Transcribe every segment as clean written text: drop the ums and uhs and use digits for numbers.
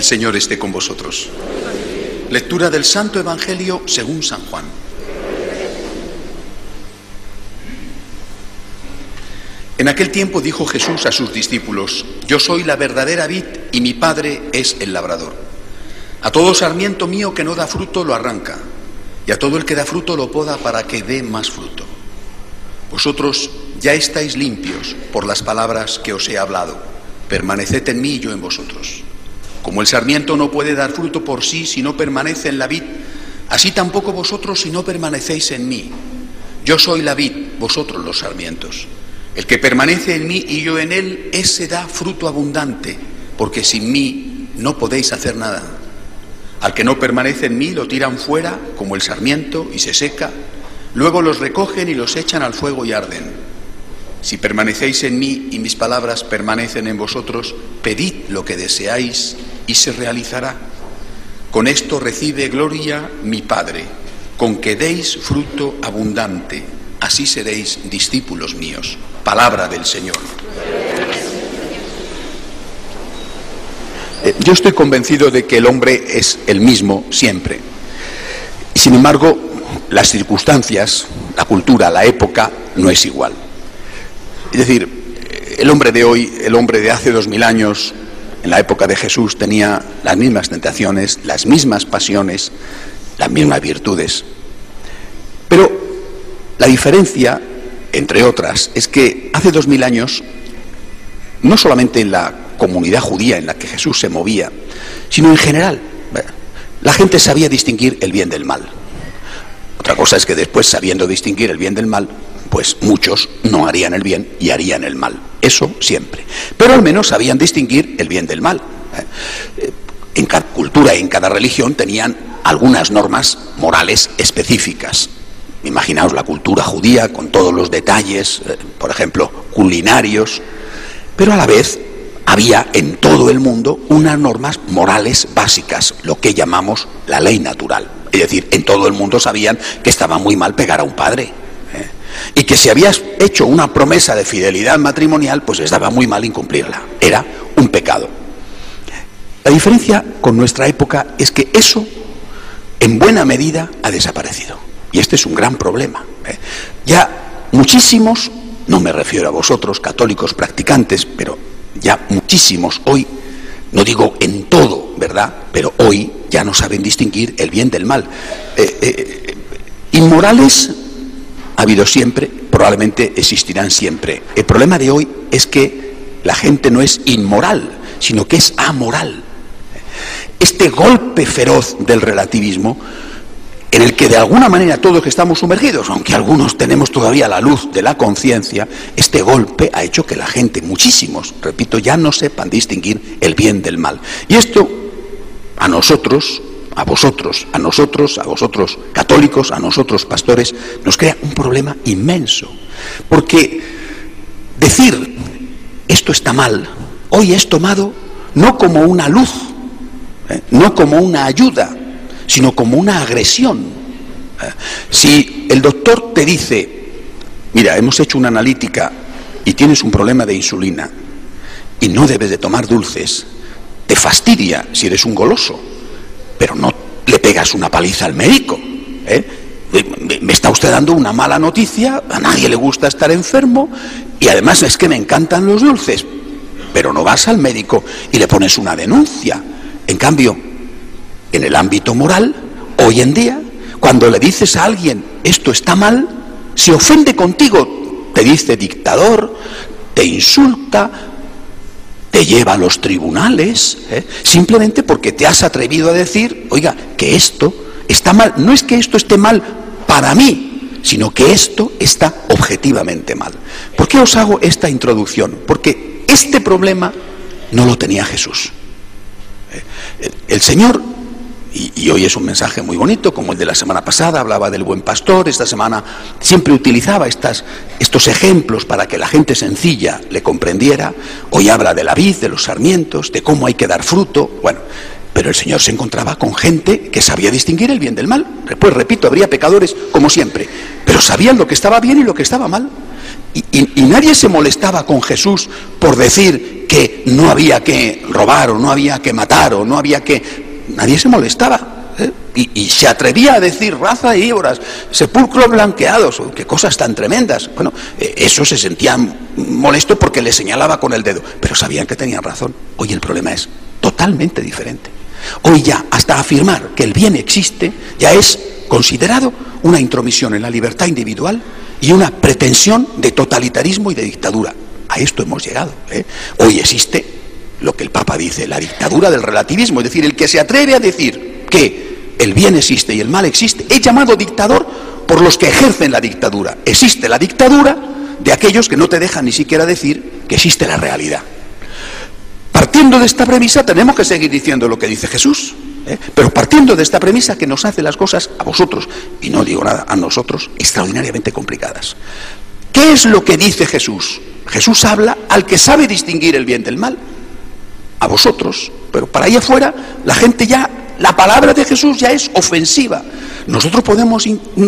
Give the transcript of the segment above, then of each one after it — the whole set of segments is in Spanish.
El Señor esté con vosotros. Lectura del Santo Evangelio según San Juan. En aquel tiempo dijo Jesús a sus discípulos: Yo soy la verdadera vid y mi Padre es el labrador. A todo sarmiento mío que no da fruto lo arranca, y a todo el que da fruto lo poda para que dé más fruto. Vosotros ya estáis limpios por las palabras que os he hablado. Permaneced en mí y yo en vosotros. Como el sarmiento no puede dar fruto por sí si no permanece en la vid, así tampoco vosotros si no permanecéis en mí. Yo soy la vid, vosotros los sarmientos. El que permanece en mí y yo en él, ese da fruto abundante, porque sin mí no podéis hacer nada. Al que no permanece en mí lo tiran fuera como el sarmiento y se seca, luego los recogen y los echan al fuego y arden. Si permanecéis en mí y mis palabras permanecen en vosotros, pedid lo que deseáis y se realizará. Con esto recibe gloria mi Padre, con que deis fruto abundante, así seréis discípulos míos. Palabra del Señor. Yo estoy convencido de que el hombre es el mismo siempre. Sin embargo, las circunstancias, la cultura, la época, no es igual. Es decir, el hombre de hoy, el hombre de hace 2000 años, en la época de Jesús, tenía las mismas tentaciones, las mismas pasiones, las mismas virtudes. Pero la diferencia, entre otras, es que hace 2000 años, no solamente en la comunidad judía en la que Jesús se movía, sino en general, la gente sabía distinguir el bien del mal. Otra cosa es que después, sabiendo distinguir el bien del mal, pues muchos no harían el bien y harían el mal. Eso siempre. Pero al menos sabían distinguir el bien del mal. En cada cultura y en cada religión tenían algunas normas morales específicas. Imaginaos la cultura judía con todos los detalles, por ejemplo, culinarios, pero a la vez había en todo el mundo unas normas morales básicas, lo que llamamos la ley natural. Es decir, en todo el mundo sabían que estaba muy mal pegar a un padre, y que si habías hecho una promesa de fidelidad matrimonial, pues estaba muy mal incumplirla. Era un pecado. La diferencia con nuestra época es que eso, en buena medida, ha desaparecido. Y este es un gran problema. Ya muchísimos, no me refiero a vosotros, católicos practicantes, pero ya muchísimos hoy, no digo en todo, ¿verdad?, pero hoy ya no saben distinguir el bien del mal. Inmorales ha habido siempre, probablemente existirán siempre. El problema de hoy es que la gente no es inmoral, sino que es amoral. Este golpe feroz del relativismo, en el que de alguna manera todos estamos sumergidos, aunque algunos tenemos todavía la luz de la conciencia, este golpe ha hecho que la gente, muchísimos, repito, ya no sepan distinguir el bien del mal. Y esto a nosotros, a vosotros, a nosotros, a vosotros católicos, a nosotros pastores, nos crea un problema inmenso. Porque decir esto está mal, hoy es tomado no como una luz, no como una ayuda, sino como una agresión. Si el doctor te dice: mira, hemos hecho una analítica y tienes un problema de insulina y no debes de tomar dulces, te fastidia si eres un goloso, pero no le pegas una paliza al médico. Me está usted dando una mala noticia, a nadie le gusta estar enfermo y además es que me encantan los dulces, pero no vas al médico y le pones una denuncia. En cambio, en el ámbito moral, hoy en día, cuando le dices a alguien esto está mal, se ofende contigo, te dice dictador, te insulta, te lleva a los tribunales, simplemente porque te has atrevido a decir: oiga, que esto está mal. No es que esto esté mal para mí, sino que esto está objetivamente mal. ¿Por qué os hago esta introducción? Porque este problema no lo tenía Jesús. El Señor, y hoy es un mensaje muy bonito, como el de la semana pasada, hablaba del buen pastor, esta semana siempre utilizaba estos ejemplos para que la gente sencilla le comprendiera. Hoy habla de la vid, de los sarmientos, de cómo hay que dar fruto. Bueno, pero el Señor se encontraba con gente que sabía distinguir el bien del mal. Pues repito, habría pecadores como siempre, pero sabían lo que estaba bien y lo que estaba mal. Y nadie se molestaba con Jesús por decir que no había que robar o no había que matar o no había que... Nadie se molestaba, ¿eh? Y se atrevía a decir raza y víboras, sepulcros blanqueados, qué cosas tan tremendas. Bueno, eso se sentía molesto porque le señalaba con el dedo, pero sabían que tenían razón. Hoy el problema es totalmente diferente. Hoy ya hasta afirmar que el bien existe ya es considerado una intromisión en la libertad individual y una pretensión de totalitarismo y de dictadura. A esto hemos llegado, ¿eh? Hoy existe lo que el Papa dice, la dictadura del relativismo, es decir, el que se atreve a decir que el bien existe y el mal existe, es llamado dictador por los que ejercen la dictadura. Existe la dictadura de aquellos que no te dejan ni siquiera decir que existe la realidad. Partiendo de esta premisa tenemos que seguir diciendo lo que dice Jesús, pero partiendo de esta premisa que nos hace las cosas a vosotros, y no digo nada, a nosotros, extraordinariamente complicadas. ¿Qué es lo que dice Jesús? Jesús habla al que sabe distinguir el bien del mal, a vosotros, pero para allá afuera la gente ya, la palabra de Jesús ya es ofensiva. Nosotros podemos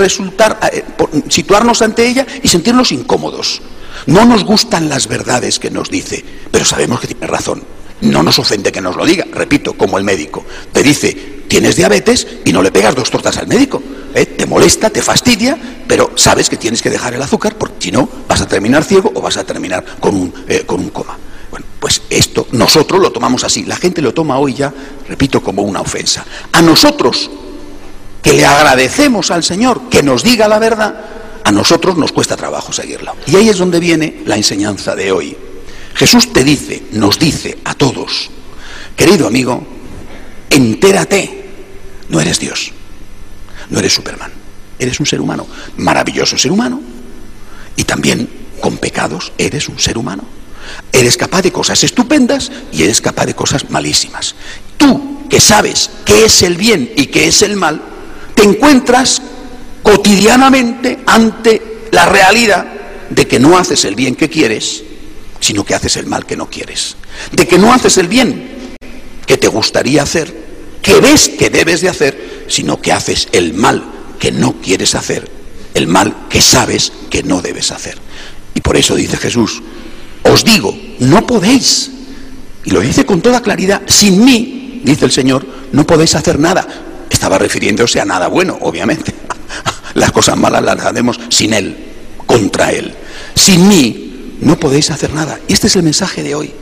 situarnos ante ella y sentirnos incómodos. No nos gustan las verdades que nos dice, pero sabemos que tiene razón. No nos ofende que nos lo diga, repito, como el médico. Te dice, tienes diabetes y no le pegas 2 tortas al médico. Te molesta, te fastidia, pero sabes que tienes que dejar el azúcar porque si no vas a terminar ciego o vas a terminar con un coma. Bueno, pues esto nosotros lo tomamos así. La gente lo toma hoy ya, repito, como una ofensa. A nosotros, que le agradecemos al Señor que nos diga la verdad, a nosotros nos cuesta trabajo seguirla. Y ahí es donde viene la enseñanza de hoy. Jesús te dice, nos dice a todos, querido amigo, entérate, no eres Dios, no eres Superman, eres un ser humano, maravilloso ser humano, y también con pecados eres un ser humano. Eres capaz de cosas estupendas y eres capaz de cosas malísimas. Tú, que sabes qué es el bien y qué es el mal, te encuentras cotidianamente ante la realidad de que no haces el bien que quieres, sino que haces el mal que no quieres. De que no haces el bien que te gustaría hacer, que ves que debes de hacer, sino que haces el mal que no quieres hacer, el mal que sabes que no debes hacer. Y por eso dice Jesús, os digo, no podéis, y lo dice con toda claridad, sin mí, dice el Señor, no podéis hacer nada. Estaba refiriéndose a nada bueno, obviamente. Las cosas malas las hacemos sin Él, contra Él. Sin mí no podéis hacer nada. Y este es el mensaje de hoy.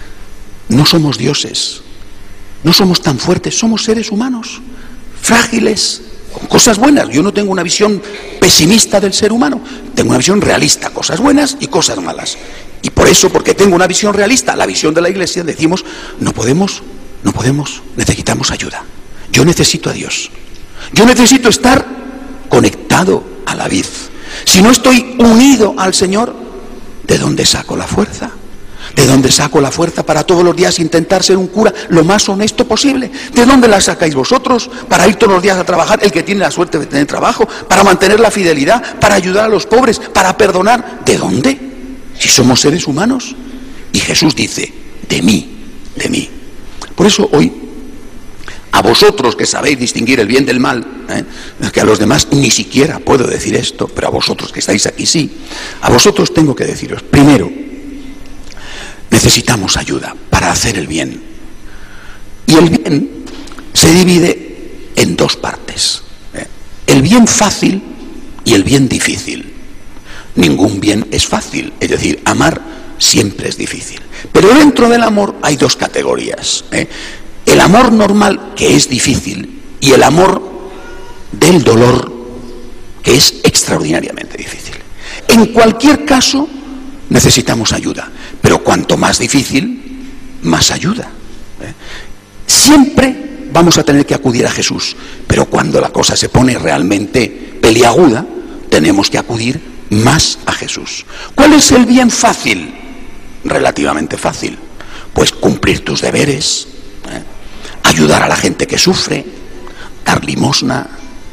No somos dioses, no somos tan fuertes, somos seres humanos, frágiles, con cosas buenas. Yo no tengo una visión pesimista del ser humano, tengo una visión realista, cosas buenas y cosas malas. Y por eso, porque tengo una visión realista, la visión de la Iglesia, decimos, no podemos, necesitamos ayuda. Yo necesito a Dios. Yo necesito estar conectado a la vid. Si no estoy unido al Señor, ¿de dónde saco la fuerza? ¿De dónde saco la fuerza para todos los días intentar ser un cura lo más honesto posible? ¿De dónde la sacáis vosotros para ir todos los días a trabajar, el que tiene la suerte de tener trabajo, para mantener la fidelidad, para ayudar a los pobres, para perdonar? ¿De dónde? Si somos seres humanos. Y Jesús dice, de mí, de mí. Por eso hoy, a vosotros que sabéis distinguir el bien del mal, que a los demás ni siquiera puedo decir esto, pero a vosotros que estáis aquí sí, a vosotros tengo que deciros, primero, necesitamos ayuda para hacer el bien. Y el bien se divide en 2 partes. El bien fácil y el bien difícil. Ningún bien es fácil, es decir, amar siempre es difícil. Pero dentro del amor hay 2 categorías. El amor normal, que es difícil, y el amor del dolor, que es extraordinariamente difícil. En cualquier caso, necesitamos ayuda, pero cuanto más difícil, más ayuda. Siempre vamos a tener que acudir a Jesús, pero cuando la cosa se pone realmente peliaguda, tenemos que acudir más a Jesús. ¿Cuál es el bien fácil? Relativamente fácil. Pues cumplir tus deberes, ayudar a la gente que sufre, dar limosna.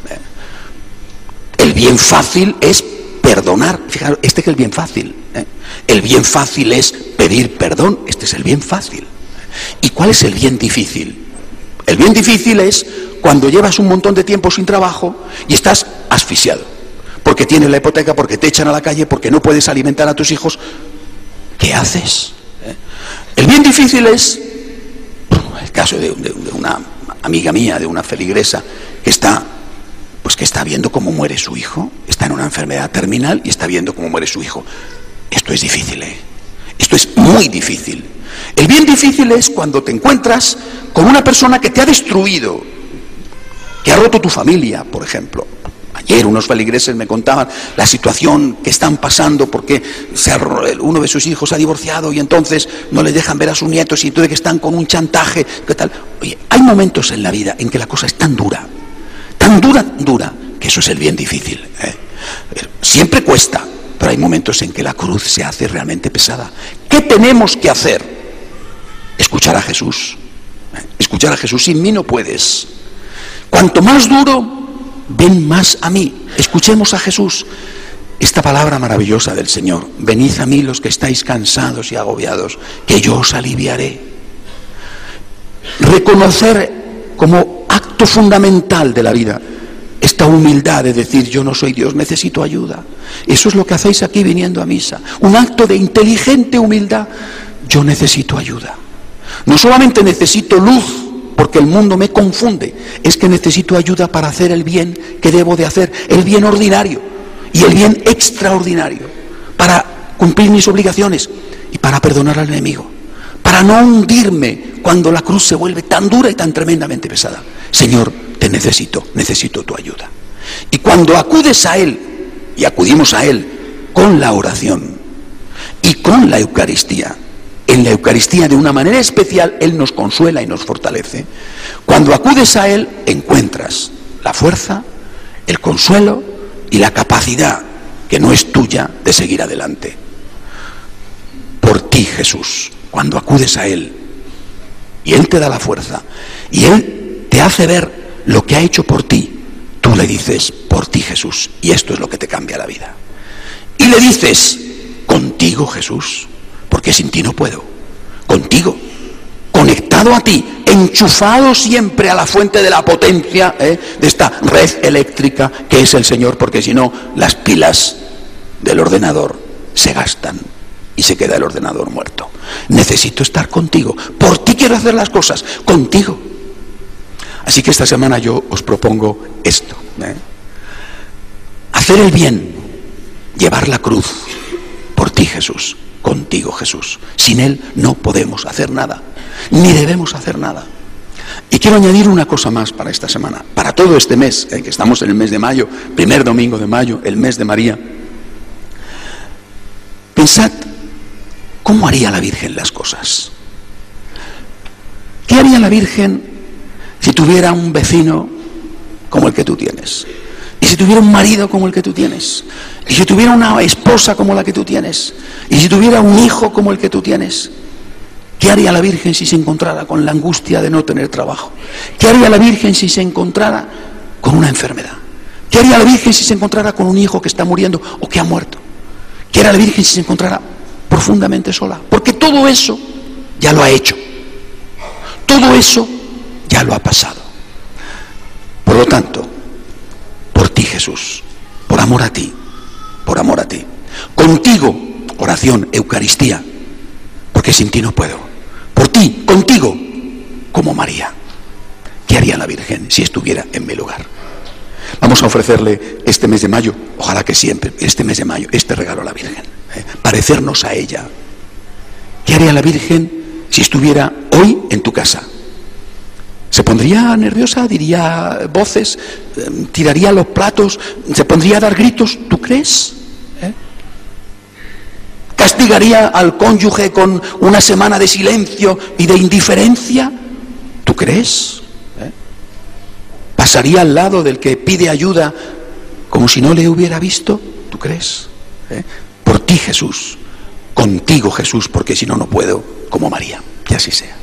El bien fácil es perdonar. Fijaros, este es el bien fácil. El bien fácil es pedir perdón. Este es el bien fácil. ¿Y cuál es el bien difícil? El bien difícil es cuando llevas un montón de tiempo sin trabajo y estás asfixiado. porque tienes la hipoteca, porque te echan a la calle, porque no puedes alimentar a tus hijos. ¿Qué haces? El bien difícil es el caso de una amiga mía, de una feligresa, que está viendo cómo muere su hijo, está en una enfermedad terminal y está viendo cómo muere su hijo. Esto es difícil, esto es muy difícil. El bien difícil es cuando te encuentras con una persona que te ha destruido, que ha roto tu familia, por ejemplo. Ayer unos feligreses me contaban la situación que están pasando porque uno de sus hijos se ha divorciado y entonces no les dejan ver a sus nietos y entonces que están con un chantaje. ¿Qué tal? Oye, hay momentos en la vida en que la cosa es tan dura, que eso es el bien difícil. Siempre cuesta, pero hay momentos en que la cruz se hace realmente pesada. ¿Qué tenemos que hacer? Escuchar a Jesús. Escuchar a Jesús. Sin mí no puedes. Cuanto más duro, ven más a mí. Escuchemos a Jesús. Esta palabra maravillosa del Señor: venid a mí los que estáis cansados y agobiados, que yo os aliviaré. Reconocer como acto fundamental de la vida esta humildad de decir: yo no soy Dios, necesito ayuda. Eso es lo que hacéis aquí viniendo a misa. Un acto de inteligente humildad. Yo necesito ayuda. No solamente necesito luz, porque el mundo me confunde, es que necesito ayuda para hacer el bien que debo de hacer, el bien ordinario y el bien extraordinario, para cumplir mis obligaciones y para perdonar al enemigo, para no hundirme cuando la cruz se vuelve tan dura y tan tremendamente pesada. Señor, te necesito tu ayuda. Y cuando acudes a Él, y acudimos a Él con la oración y con la Eucaristía, en la Eucaristía de una manera especial Él nos consuela y nos fortalece. Cuando acudes a Él encuentras la fuerza, el consuelo y la capacidad, que no es tuya, de seguir adelante. Por ti, Jesús, cuando acudes a Él y Él te da la fuerza y Él te hace ver lo que ha hecho por ti, tú le dices: por ti, Jesús, y esto es lo que te cambia la vida. Y le dices: contigo, Jesús, porque sin ti no puedo. Contigo, conectado a ti, enchufado siempre a la fuente de la potencia, de esta red eléctrica que es el Señor, porque si no, las pilas del ordenador se gastan y se queda el ordenador muerto. Necesito estar contigo. Por ti quiero hacer las cosas, contigo. Así que esta semana yo os propongo esto: hacer el bien, llevar la cruz. Por ti, Jesús, contigo, Jesús. Sin Él no podemos hacer nada, ni debemos hacer nada. Y quiero añadir una cosa más para esta semana, para todo este mes, que estamos en el mes de mayo, primer domingo de mayo, el mes de María. Pensad, ¿cómo haría la Virgen las cosas? ¿Qué haría la Virgen si tuviera un vecino como el que tú tienes? Y si tuviera un marido como el que tú tienes, y si tuviera una esposa como la que tú tienes, y si tuviera un hijo como el que tú tienes, ¿qué haría la Virgen si se encontrara con la angustia de no tener trabajo? ¿Qué haría la Virgen si se encontrara con una enfermedad? ¿Qué haría la Virgen si se encontrara con un hijo que está muriendo o que ha muerto? ¿Qué haría la Virgen si se encontrara profundamente sola? Porque todo eso ya lo ha hecho, todo eso ya lo ha pasado. Por lo tanto, por ti, Jesús, por amor a ti, contigo, oración, Eucaristía, porque sin ti no puedo. Por ti, contigo, como María. ¿Qué haría la Virgen si estuviera en mi lugar? Vamos a ofrecerle este mes de mayo, ojalá que siempre, este mes de mayo, este regalo a la Virgen, parecernos a ella. ¿Qué haría la Virgen si estuviera hoy en tu casa? ¿Se pondría nerviosa? ¿Diría voces? ¿Tiraría los platos? ¿Se pondría a dar gritos? ¿Tú crees? ¿Castigaría al cónyuge con una semana de silencio y de indiferencia? ¿Tú crees? ¿Pasaría al lado del que pide ayuda como si no le hubiera visto? ¿Tú crees? Por ti, Jesús, contigo, Jesús, porque si no, no puedo, como María. Que así sea.